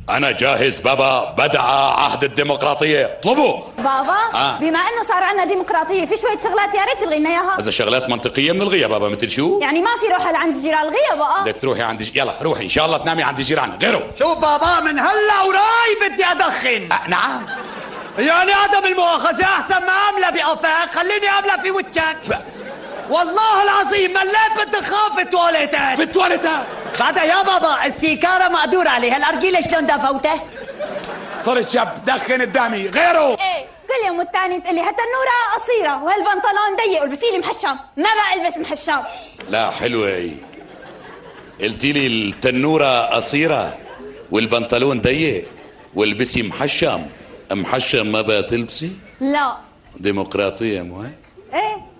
أنا جاهز بابا، بدأ عهد الديمقراطية، اطلبوا. بابا بما إنه صار عندنا ديمقراطية في شوية شغلات يا ريت تلغي لنا إياها. إذا شغلات منطقية بنلغيها بابا. مثل شو؟ يعني ما في روح لعند الجيران، الغيها بقى. بدك تروحي عند يلا روحي إن شاء الله تنامي عند الجيران. غيره شوف بابا، من هلا وراي بدي أدخن. نعم. يعني عدم المؤاخذة أحسن ما أملى بقفاك، خليني أملى في وجهك. والله العظيم مليت بالدخان في التواليتات. في التواليتات بعدها يا بابا السيكارة مقدور عليها، الأرجيلة شلون دفوته؟ صرت شاب دخن قدامي. غيره ايه كل يوم والتاني تقلي هالتنورة قصيرة وهالبنطلون ضيق والبسيلي محشم. ما بقى البس محشم. لا حلوة هي. قلتي لي التنورة قصيرة والبنطلون ضيق والبسي محشم. محشم ما بقى تلبسي؟ لا. ديمقراطية مو هيك؟ ايه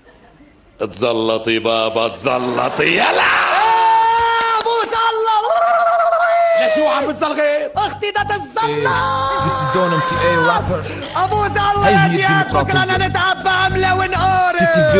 تزلطي بابا تزلطي. يلا أبو زلط. لشو عم بتزلغي؟ أختي ده تتزلط. This is Don MTA rapper. أبو زلط هي يا الديمقراطية. بكرة نتعبى عملة ونقارب.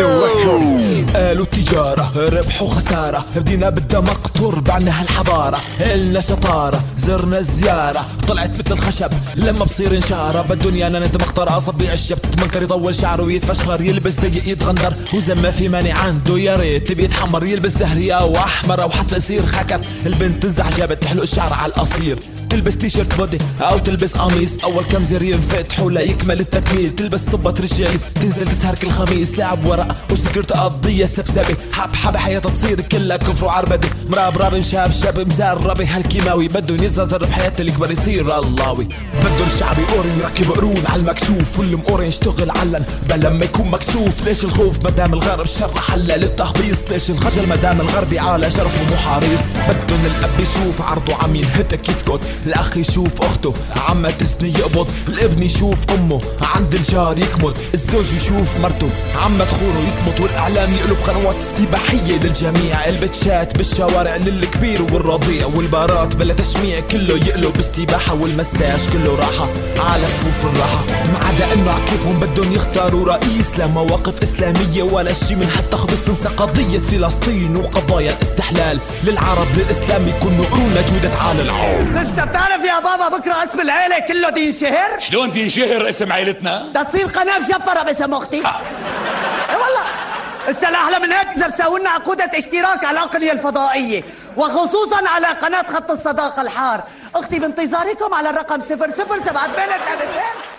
قالوا التجارة ربح وخسارة، بدينا بالدمقطر بعنا هالحضارة، إلنا شطارة زرنا الزيارة، طلعت مثل الخشب لما بصير انشارة، بالدنيا انا نتمقطر اصبع الشب تتمنكر يطول شعره ويتفشخر يلبس ضيق يتغندر، وزي ما في مانع عنده يا ريت تبي يتحمر يلبس زهري او احمر او حتى يصير خكر، البنت الزعجبت تحلق الشعر على القصير، تلبس تيشيرت بودي او تلبس قميص، اول كم زر ينفتحوا ليكمل التكميل، تلبس صبة رجالي تنزل تسهر كل خميس، لعب ورق وسكرت قضية سبسبة، حب حياتها تصير كلها كفر وعربدة، مراب مشاب شاب مزربة هالكيماوي، بدهم يزرزر بحياة الكبر يصير اللهوي، بدهم الشعبي اورن يركب قرون على المكشوف، واللي مقورن يشتغل علن بل لما يكون مكسوف، ليش الخوف مدام الغرب شر حلل التخبيص، ليش الخجل مدام الغربي على شرفه مو حريص، بدهم الاب يشوف عرضه عم ينهتك يسكت، الاخ يشوف اخته عم تسني يقبض، الابن يشوف امه عند الجار يكمل، الزوج يشوف مرته عم تخونه يصمت، والاعلام يقلب قنوات استباحيه للجميع، البتشات بالشوارع للكبير والرضيع، والبارات بلا تشميع كله يقلب استباحه، والمساج كله راحه على كفوف الراحه، ما عدا انه عكيفهم بدهم يختاروا رئيس لمواقف اسلاميه ولا شي من حتى خبز، تنسى قضيه فلسطين وقضايا الاستحلال للعرب للاسلام يكونوا قرونا جوده على العالم. لسه بتعرف يا بابا بكره اسم العيلة كله دين شهر؟ شلون تنشهر اسم عائلتنا؟ ده تصير قناة مشفرة باسم اختي. اي والله. هسه الاحلى من هيك اذا بسوي لنا عقودة اشتراك على الاقنية الفضائية، وخصوصا على قناة خط الصداقة الحار. اختي بانتظاركم على الرقم 0072.